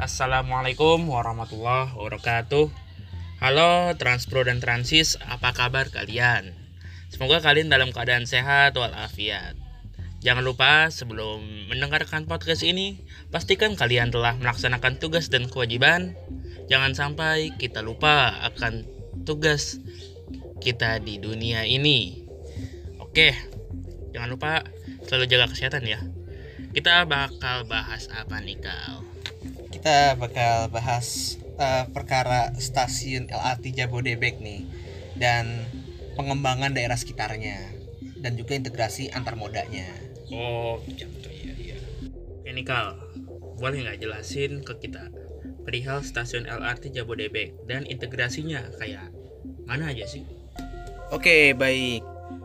Assalamualaikum warahmatullahi wabarakatuh. Halo Transpro dan Transis, apa kabar kalian? Semoga kalian dalam keadaan sehat walafiat. Jangan lupa sebelum mendengarkan podcast ini, pastikan kalian telah melaksanakan tugas dan kewajiban. Jangan sampai kita lupa akan tugas kita di dunia ini. Oke, jangan lupa selalu jaga kesehatan ya. Kita bakal bahas apa nih, Kal? Kita bakal bahas perkara stasiun LRT Jabodebek nih, dan pengembangan daerah sekitarnya, dan juga integrasi antar modanya. Oh, gitu ya. Ini, Kal, boleh nggak jelasin ke kita perihal stasiun LRT Jabodebek dan integrasinya kayak mana aja sih? Oke, baik.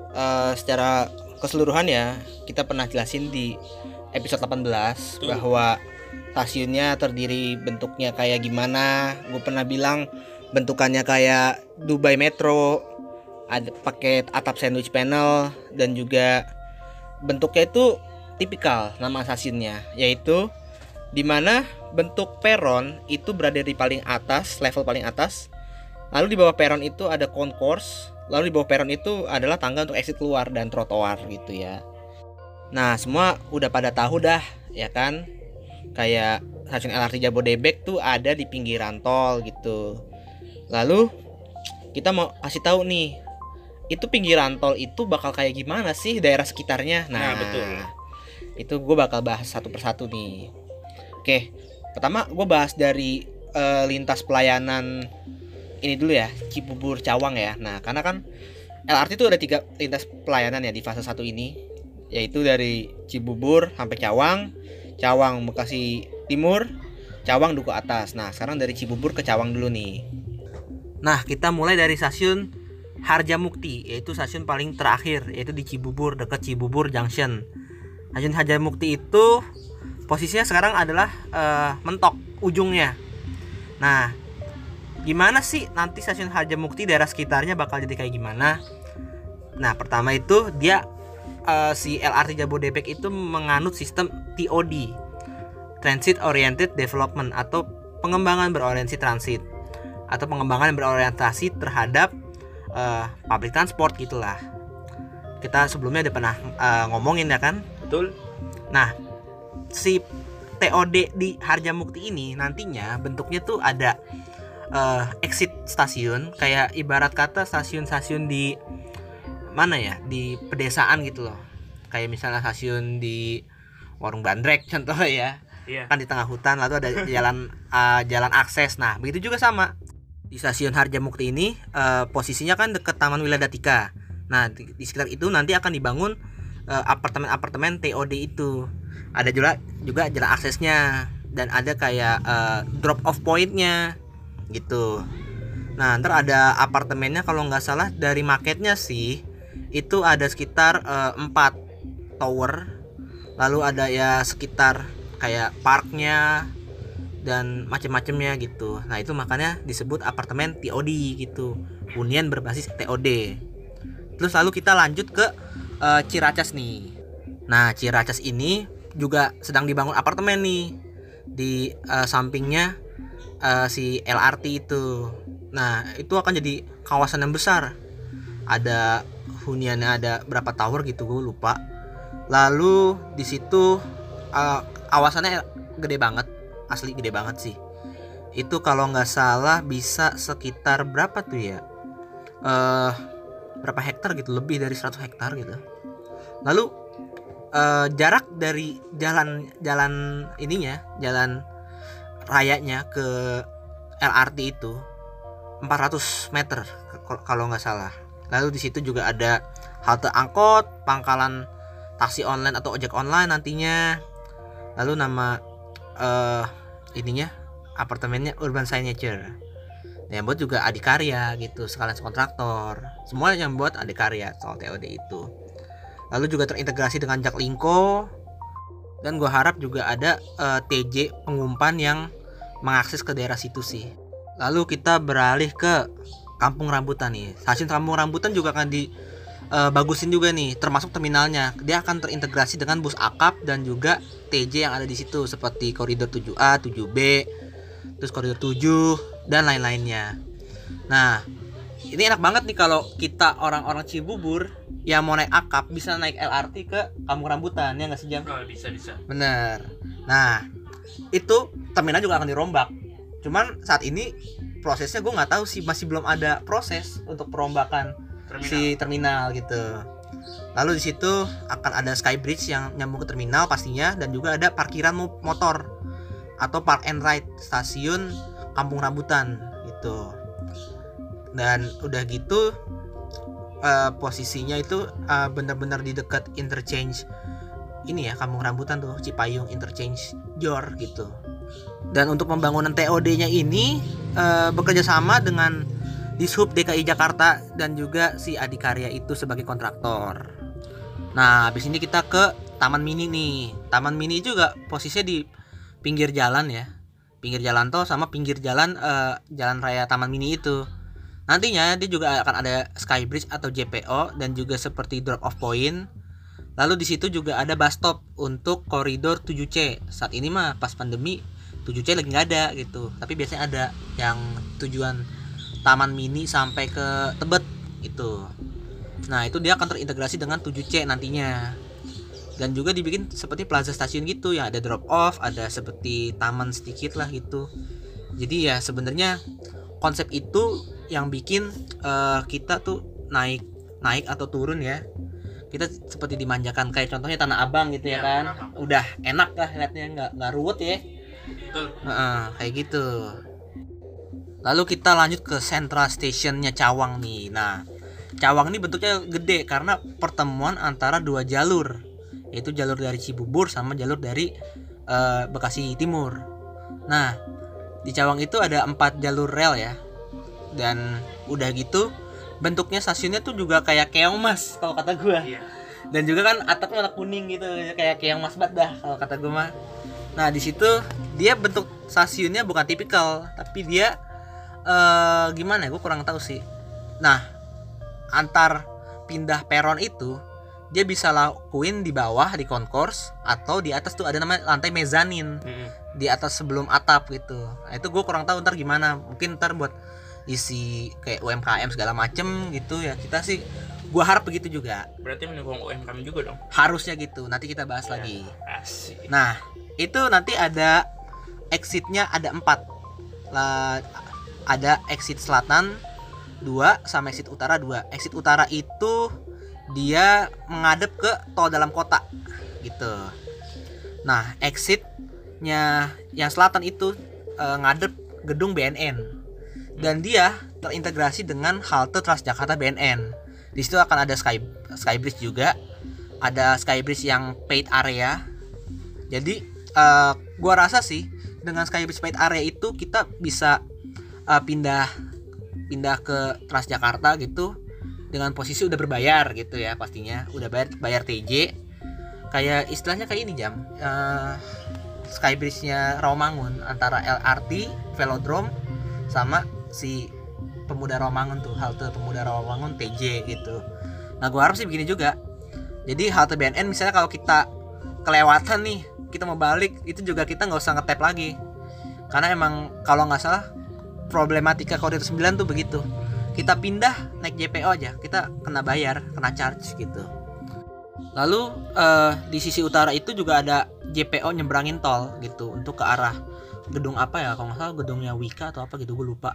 Secara keseluruhan ya, kita pernah jelasin di episode 18 bahwa stasiunnya terdiri bentuknya kayak gimana. Gue pernah bilang bentukannya kayak Dubai Metro, ada pakai atap sandwich panel, dan juga bentuknya itu tipikal nama stasiunnya, yaitu dimana bentuk peron itu berada di paling atas, level paling atas. Lalu di bawah peron itu ada concourse, lalu di bawah peron itu adalah tangga untuk exit keluar dan trotoar gitu ya. Nah, semua udah pada tahu dah ya kan, kayak stasiun LRT Jabodebek tuh ada di pinggiran tol gitu. Lalu kita mau kasih tahu nih, itu pinggiran tol itu bakal kayak gimana sih daerah sekitarnya. Nah, betul. Itu gue bakal bahas satu persatu nih. Oke, pertama gue bahas dari lintas pelayanan ini dulu ya, Cibubur Cawang ya. Nah, karena kan LRT itu ada 3 lintas pelayanan ya di fase 1 ini, yaitu dari Cibubur sampai Cawang, Cawang Bekasi Timur, Cawang Duku Atas. Nah, sekarang dari Cibubur ke Cawang dulu nih. Nah, kita mulai dari stasiun Harjamukti, yaitu stasiun paling terakhir, yaitu di Cibubur, dekat Cibubur Junction. Stasiun Harjamukti itu posisinya sekarang adalah mentok ujungnya. Nah, gimana sih nanti stasiun Harjamukti daerah sekitarnya bakal jadi kayak gimana? Nah, pertama itu dia si LRT Jabodebek itu menganut sistem TOD, Transit Oriented Development, atau pengembangan berorientasi transit, atau pengembangan berorientasi terhadap public transport gitulah. Kita sebelumnya udah pernah ngomongin ya kan? Betul. Nah, si TOD di Harjamukti ini nantinya bentuknya tuh ada exit stasiun, kayak ibarat kata stasiun-stasiun di mana ya, di pedesaan gitu loh. Kayak misalnya stasiun di Warung Bandrek contohnya ya. Iya. Kan di tengah hutan, lalu ada jalan akses. Nah, begitu juga sama di stasiun Harjamukti ini, posisinya kan dekat Taman Wiladatika. Nah, di sekitar itu nanti akan dibangun apartemen-apartemen TOD itu. Ada juga jalan aksesnya, dan ada kayak drop off pointnya gitu. Nah, ntar ada apartemennya, kalau nggak salah dari marketnya sih itu ada sekitar 4 tower. Lalu ada ya sekitar kayak parknya dan macam-macamnya gitu. Nah, itu makanya disebut apartemen TOD gitu, hunian berbasis TOD. Terus lalu kita lanjut ke Ciracas nih. Nah, Ciracas ini juga sedang dibangun apartemen nih di sampingnya si LRT itu. Nah, itu akan jadi kawasan yang besar. Ada huniannya, ada berapa tower gitu, gue lupa. Lalu di situ kawasannya gede banget, asli gede banget sih. Itu kalau nggak salah bisa sekitar berapa tuh ya? Berapa hektar gitu, lebih dari 100 hektar gitu. Lalu jarak dari jalan ininya, jalan rayanya ke LRT itu 400 meter kalau nggak salah. Lalu di situ juga ada halte angkot, pangkalan taksi online atau ojek online nantinya. Lalu nama ininya, apartemennya Urban Signature. Yang buat juga Adikarya gitu, sekalian kontraktor. Semua yang buat Adikarya soal TOD itu. Lalu juga terintegrasi dengan Jaklingko, dan gue harap juga ada TJ pengumpan yang mengakses ke daerah situ sih. Lalu kita beralih ke Kampung Rambutan nih. Stasiun Kampung Rambutan juga akan bagusin juga nih, termasuk terminalnya. Dia akan terintegrasi dengan bus akap dan juga TJ yang ada di situ, seperti koridor 7A, 7B, terus koridor 7 dan lain-lainnya. Nah, ini enak banget nih kalau kita orang-orang Cibubur yang mau naik akap bisa naik LRT ke Kampung Rambutan, ya nggak sih Jam? Oh, bisa. Bener. Nah, itu terminal juga akan dirombak. Cuman saat ini prosesnya gue nggak tahu sih, masih belum ada proses untuk perombakan si terminal gitu. Lalu di situ akan ada skybridge yang nyambung ke terminal pastinya, dan juga ada parkiran motor atau park and ride stasiun Kampung Rambutan gitu. Dan udah gitu posisinya itu benar-benar di dekat interchange ini ya, Kampung Rambutan tuh, Cipayung Interchange Jor gitu. Dan untuk pembangunan TOD-nya ini bekerja sama dengan Dishub DKI Jakarta dan juga si Adikarya itu sebagai kontraktor. Nah, habis ini kita ke Taman Mini nih. Taman Mini juga posisinya di pinggir jalan ya. Pinggir jalan tol sama pinggir jalan jalan raya Taman Mini itu. Nantinya dia juga akan ada skybridge atau JPO dan juga seperti drop off point. Lalu di situ juga ada bus stop untuk koridor 7C. Saat ini mah pas pandemi 7C lagi nggak ada gitu. Tapi biasanya ada yang tujuan Taman Mini sampai ke Tebet gitu. Nah, itu dia akan terintegrasi dengan 7C nantinya. Dan juga dibikin seperti plaza stasiun gitu, yang ada drop off, ada seperti taman sedikit lah gitu. Jadi ya sebenarnya konsep itu yang bikin kita tuh naik atau turun ya. Kita seperti dimanjakan, kayak contohnya Tanah Abang gitu ya kan. Udah enak lah liatnya, nggak ruwet ya. Betul. Kayak gitu. Lalu kita lanjut ke Central Stationnya Cawang nih. Nah, Cawang ini bentuknya gede karena pertemuan antara dua jalur, yaitu jalur dari Cibubur sama jalur dari Bekasi Timur. Nah, di Cawang itu ada 4 jalur rel ya. Dan udah gitu bentuknya stasiunnya tuh juga kayak keong mas kalau kata gue. Iya. Dan juga kan atapnya warna kuning gitu, kayak keong mas banget dah kalau kata gue mah. Nah, di situ dia bentuk stasiunnya bukan tipikal, tapi dia gimana ya, gue kurang tahu sih. Nah, antar pindah peron itu dia bisa lakuin di bawah di concourse, atau di atas tuh ada namanya lantai mezanin, di atas sebelum atap gitu. Nah, itu gue kurang tahu ntar gimana, mungkin ntar buat isi kayak UMKM segala macem gitu ya. Kita sih gue harap begitu juga. Berarti mendukung UMKM juga dong. Harusnya gitu, nanti kita bahas lagi. Asik. Nah, itu nanti ada exitnya ada 4 lah. Ada exit selatan 2 sama exit utara 2. Exit utara itu dia menghadap ke tol dalam kota gitu. Nah, exitnya yang selatan itu ngadep gedung BNN, dan dia terintegrasi dengan halte Transjakarta BNN. Di situ akan ada skybridge juga, ada skybridge yang paid area. Jadi gua rasa sih dengan skybridge paid area itu kita bisa pindah ke Transjakarta gitu dengan posisi udah berbayar gitu ya, pastinya udah bayar TJ. Kayak istilahnya kayak ini Jam, skybridge-nya Rawamangun antara LRT Velodrome sama si Pemuda Rawamangun tuh, halte Pemuda Rawamangun TJ gitu. Nah, gue harap sih begini juga. Jadi halte BNN misalnya kalau kita kelewatan nih, kita mau balik, itu juga kita nggak usah ngetap lagi. Karena emang kalau nggak salah problematika koridor 9 tuh begitu. Kita pindah naik JPO aja, kita kena bayar, kena charge gitu. Lalu di sisi utara itu juga ada JPO nyebrangin tol gitu untuk ke arah gedung apa ya, kalau nggak salah gedungnya Wika atau apa gitu, gue lupa.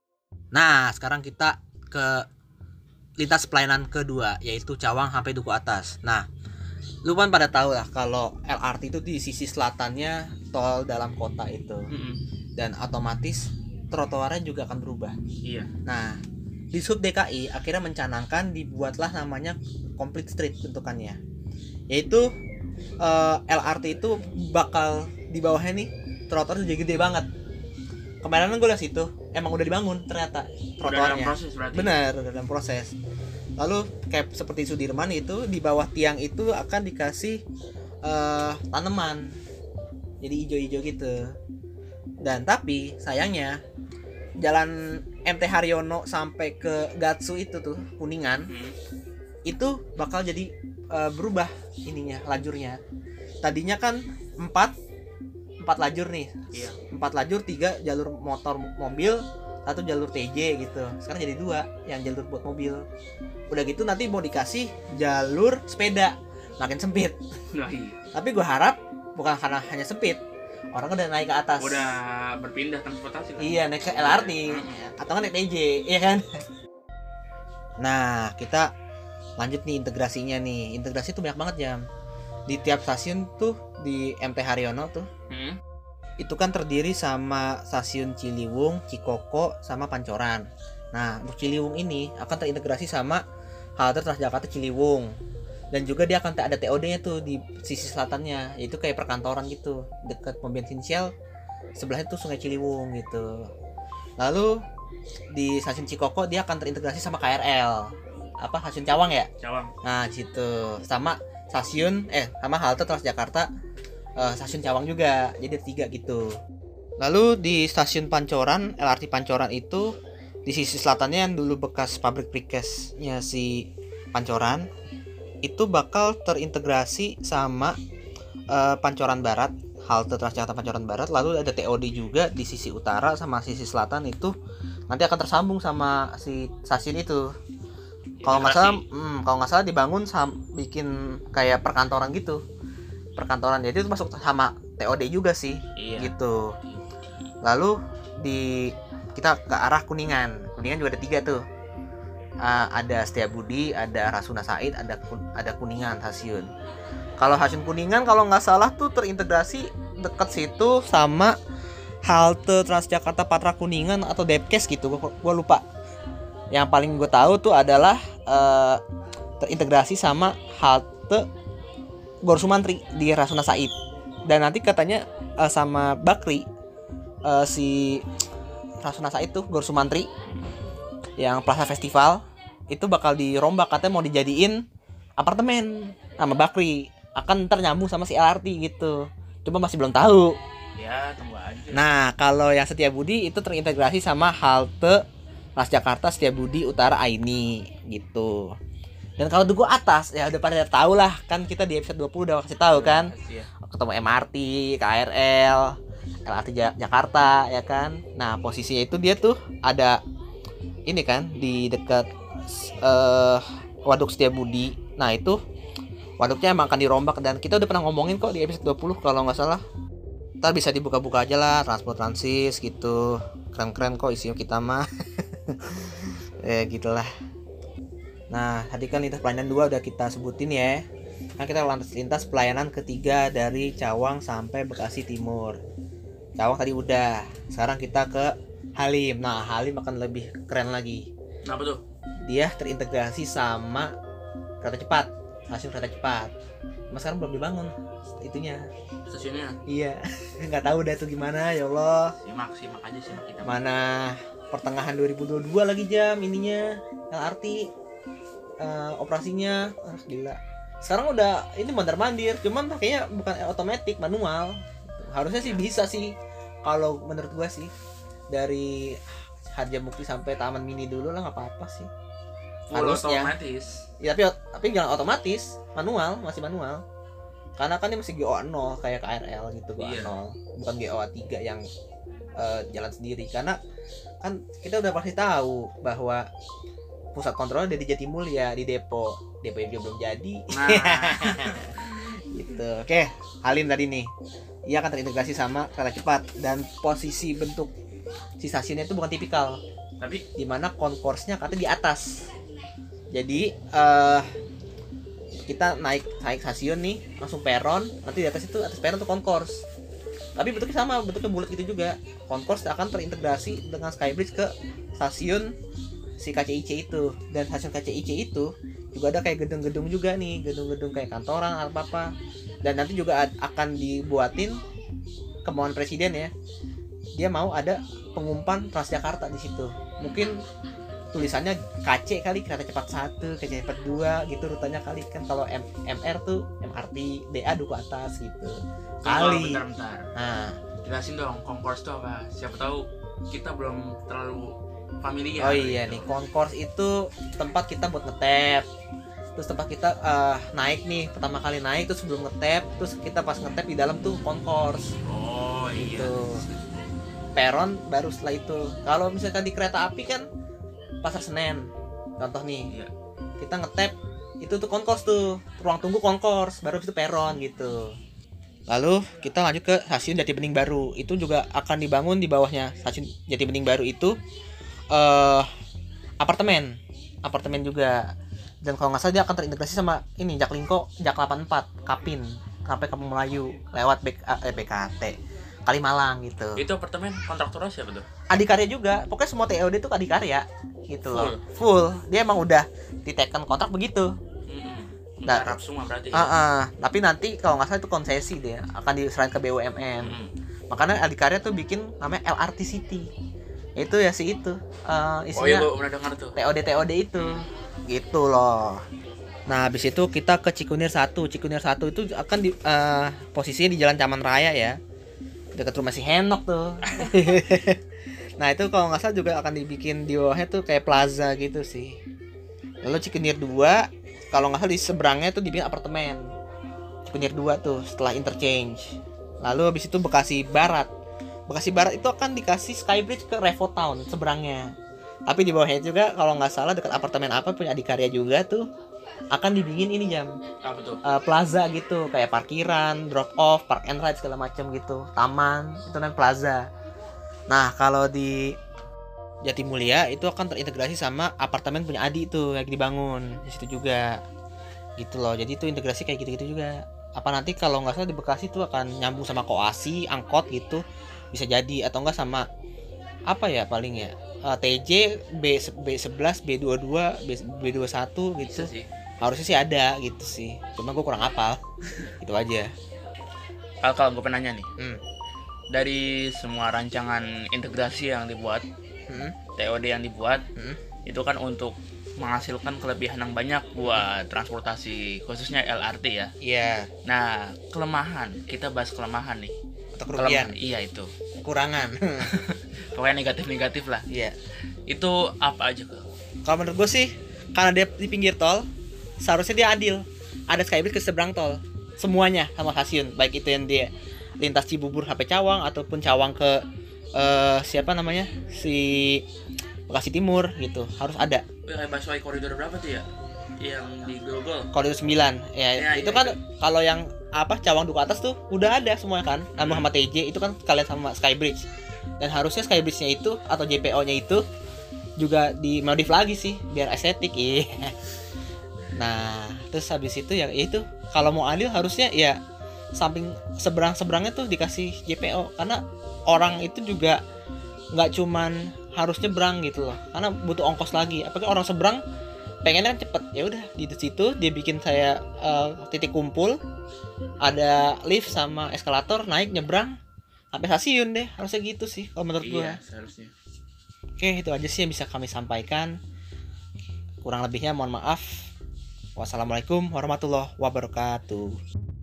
Nah, sekarang kita ke lintas pelayanan kedua, yaitu Cawang sampai Duku Atas. Nah, lu kan pada tahu lah kalau LRT itu di sisi selatannya tol dalam kota itu. Dan otomatis trotoarnya juga akan berubah. Iya. Nah, di Sub DKI akhirnya mencanangkan dibuatlah namanya complete street bentukannya. Yaitu LRT itu bakal di bawahnya nih trotoar jadi gede banget. Kemarin gue lihat situ, emang udah dibangun ternyata trotoarnya. Benar, udah dalam proses. Lalu kayak seperti Sudirman itu, di bawah tiang itu akan dikasih tanaman. Jadi hijau-hijau gitu. Dan tapi sayangnya jalan MT Haryono sampai ke Gatsu itu tuh Kuningan itu bakal jadi berubah ininya, lajurnya. Tadinya kan 4 4 lajur nih. Iya. 4 lajur, 3 jalur motor mobil, 1 jalur TJ gitu. Sekarang jadi 2 yang jalur buat mobil. Udah gitu nanti mau dikasih jalur sepeda, makin sempit. Nah, iya. Tapi gue harap bukan karena hanya sempit, orang udah naik ke atas. Udah berpindah transportasi kan? Iya, naik ke LRT atau kan naik TJ, iya kan? Nah, kita lanjut nih integrasinya nih. Integrasi tuh banyak banget Jam. Di tiap stasiun tuh di MT Haryono tuh itu kan terdiri sama stasiun Ciliwung, Cikoko, sama Pancoran. Nah, untuk Ciliwung ini akan terintegrasi sama halte Transjakarta Ciliwung. Dan juga dia akan ada TOD-nya tuh di sisi selatannya, yaitu kayak perkantoran gitu, dekat pom bensin Shell. Sebelahnya tuh Sungai Ciliwung gitu. Lalu di stasiun Cikoko dia akan terintegrasi sama KRL. Apa stasiun Cawang ya? Cawang. Nah, situ. Sama sama halte Transjakarta stasiun Cawang juga. Jadi ada 3 gitu. Lalu di stasiun Pancoran, LRT Pancoran itu di sisi selatannya yang dulu bekas pabrik precast-nya si Pancoran itu bakal terintegrasi sama Pancoran Barat, halte Transjakarta Pancoran Barat. Lalu ada TOD juga di sisi utara sama sisi selatan itu nanti akan tersambung sama si stasiun itu. Kalau nggak salah dibangun bikin kayak perkantoran gitu. Perkantoran, jadi itu masuk sama TOD juga sih. Iya. Gitu. Lalu kita ke arah Kuningan juga ada 3 tuh. Ada Setiabudi, ada Rasuna Said, ada Kuningan stasiun. Kalau stasiun Kuningan kalau nggak salah tuh terintegrasi dekat situ sama halte Transjakarta Patra Kuningan atau Depkes gitu, gue lupa. Yang paling gue tahu tuh adalah terintegrasi sama halte Gor Sumantri di Rasuna Said. Dan nanti katanya sama Bakri si Rasuna Said tuh Gor Sumantri yang Plaza Festival itu bakal dirombak, katanya mau dijadiin apartemen sama Bakri, akan ternyambung sama si LRT gitu. Cuma masih belum tahu. Ya, tunggu aja. Nah, kalau yang Setiabudi itu terintegrasi sama halte Transjakarta Setiabudi Utara Aini gitu. Dan kalau duku atas ya udah pada tahu lah, kan kita di episode 20 udah kasih tahu kan. Iya. Ketemu MRT, KRL, LRT Jakarta ya kan. Nah, posisinya itu dia tuh ada ini kan di dekat Waduk Setiabudi. Nah, itu waduknya emang akan dirombak dan kita udah pernah ngomongin kok di episode 20 kalau nggak salah. Ntar bisa dibuka-buka aja lah, Transport Transis gitu. Keren-keren kok isinya kita mah. Gitulah. Nah, tadi kan lintas pelayanan 2 udah kita sebutin ya. Nah, kita lintas pelayanan ketiga dari Cawang sampai Bekasi Timur. Cawang tadi udah. Sekarang kita ke Halim. Nah, Halim akan lebih keren lagi. Kenapa tuh? Dia terintegrasi sama kereta cepat, stasiun kereta cepat. Mas sekarang belum dibangun itunya. Stasiunnya? Iya. Nggak tahu dah tuh gimana, ya Allah. Simak aja kita. Mana pertengahan 2022 lagi Jam ininya LRT operasinya. Gila. Sekarang udah ini mondar-mandir, cuman kayaknya bukan otomatis, manual. Harusnya sih bisa sih kalau menurut gua sih. Dari Harjamukti sampai Taman Mini dulu lah, nggak apa-apa sih. Harusnya otomatis. Ya, tapi jangan otomatis, manual, masih manual. Karena kan ini masih GOA 0 kayak KRL gitu, GOA 0. Bukan GOA 3 yang jalan sendiri. Karena kan kita udah pasti tahu bahwa pusat kontrolnya ada di Jatimulya, di Depo yang juga belum jadi. Nah. Gitu. Oke, Halim tadi nih. Ia akan terintegrasi sama kereta cepat dan posisi bentuk si stasiunnya itu bukan tipikal. Tapi dimana konkorsnya katanya di atas. Jadi kita naik stasiun nih, langsung peron, nanti di atas peron tuh konkors. Tapi bentuknya sama, bentuknya bulat gitu juga. Konkors akan terintegrasi dengan Skybridge ke stasiun si KCIC itu. Dan stasiun KCIC itu juga ada kayak gedung-gedung juga nih, gedung-gedung kayak kantoran apa-apa. Dan nanti juga akan dibuatin kemauan presiden ya. Dia mau ada pengumpan Transjakarta di situ. Mungkin tulisannya KC kali, kereta cepat 1, kereta cepat 2 gitu rutenya kali kan. Kalau MR tuh MRT DA duku atas gitu. Kali. Bentar. Nah, jelasin dong concourse itu apa? Siapa tahu kita belum terlalu familiar. oh iya gitu. nih, concourse itu tempat kita buat ngetap. Terus tempat kita naik nih, pertama kali naik terus sebelum ngetap, terus kita pas ngetap di dalam tuh concourse. Oh iya. Gitu. Peron baru setelah itu. Kalau misalkan di kereta api kan Pasar Senen. Contoh nih. Iya. Kita ngetap itu tuh konkors tuh. Ruang tunggu konkors, baru itu peron gitu. Lalu kita lanjut ke stasiun Jati Bening Baru. Itu juga akan dibangun di bawahnya stasiun Jati Bening Baru itu apartemen juga. Dan kalau nggak salah dia akan terintegrasi sama ini Jaklingko, Jak 84, Kapin, sampai Kampung Melayu lewat BKT Kalimalang gitu. Itu apartemen kontraktornya siapa tuh? Adikarya juga. Pokoknya semua TOD itu Adikarya gitu loh. Full. Full. Dia emang udah diteken kontrak begitu. Nah, Garap semua berarti. Tapi nanti kalau nggak salah itu konsesi dia akan diserahin ke BUMN. Makanya Adikarya tuh bikin namanya LRT City. Itu ya sih itu. Oh iya, Isinya gua pernah dengar tuh. TOD itu. Gitu loh. Nah, habis itu kita ke Cikunir 1. Cikunir 1 itu akan di posisinya di Jalan Taman Raya ya. Dekat rumah si Henok tuh. Nah, itu kalau nggak salah juga akan dibikin di bawahnya tuh kayak plaza gitu sih. Lalu Cikunir 2, kalau nggak salah di seberangnya tuh dibikin apartemen. Cikunir 2 tuh setelah interchange. Lalu habis itu Bekasi Barat. Bekasi Barat itu akan dikasih Skybridge ke Revo Town seberangnya. Tapi di bawahnya juga kalau nggak salah dekat apartemen apa punya Adikarya juga tuh akan dibikin ini Apa tuh? plaza gitu, kayak parkiran, drop off, park and ride segala macam gitu, taman, itu namanya plaza. Nah, kalau di Jatimulya itu akan terintegrasi sama apartemen punya Adi tuh yang dibangun di situ juga. Gitu loh. Jadi itu integrasi kayak gitu-gitu juga. Apa nanti kalau nggak salah di Bekasi tuh akan nyambung sama Koasi, angkot gitu. Bisa jadi atau enggak sama apa ya paling ya? TJ B11, B22, B21 gitu. Bisa sih. Harusnya sih ada gitu sih. Cuma gue kurang hafal. Itu aja. Kalau gue penanya nih. Hmm. Dari semua rancangan integrasi yang dibuat, TOD yang dibuat, itu kan untuk menghasilkan kelebihan yang banyak buat transportasi, khususnya LRT ya. Iya. Nah, kelemahan, kita bahas kelemahan nih. Atau kerugian. Iya itu. Kekurangan. Pokoknya negatif-negatif lah. Iya. Itu apa aja kak? Kalau menurut gue sih, karena dia di pinggir tol, seharusnya dia adil. Ada skybridge ke seberang tol, semuanya sama stasiun, baik itu yang dia lintas Cibubur sampai Cawang ataupun Cawang ke siapa namanya si Bekasi Timur gitu, harus ada. Busway koridor berapa tuh ya? Yang di Google. Koridor 9 ya, itu kan kalau yang apa Cawang Duku Atas tuh udah ada semua kan, nama sama TJ itu kan kalian sama Skybridge. Dan harusnya Skybridge-nya itu atau JPO-nya itu juga dimodif lagi sih biar estetik. Nah, terus habis itu ya itu kalau mau adil harusnya ya samping seberang-seberangnya tuh dikasih JPO, karena orang itu juga nggak cuman harus nyebrang gitu loh, karena butuh ongkos lagi. Apalagi orang seberang pengennya kan cepet, ya udah di situ dia bikin saya titik kumpul, ada lift sama eskalator, naik nyebrang sampai stasiun deh, harusnya gitu sih kalau menurut gue. Iya, seharusnya. Oke, itu aja sih yang bisa kami sampaikan. Kurang lebihnya mohon maaf. Wassalamualaikum warahmatullahi wabarakatuh.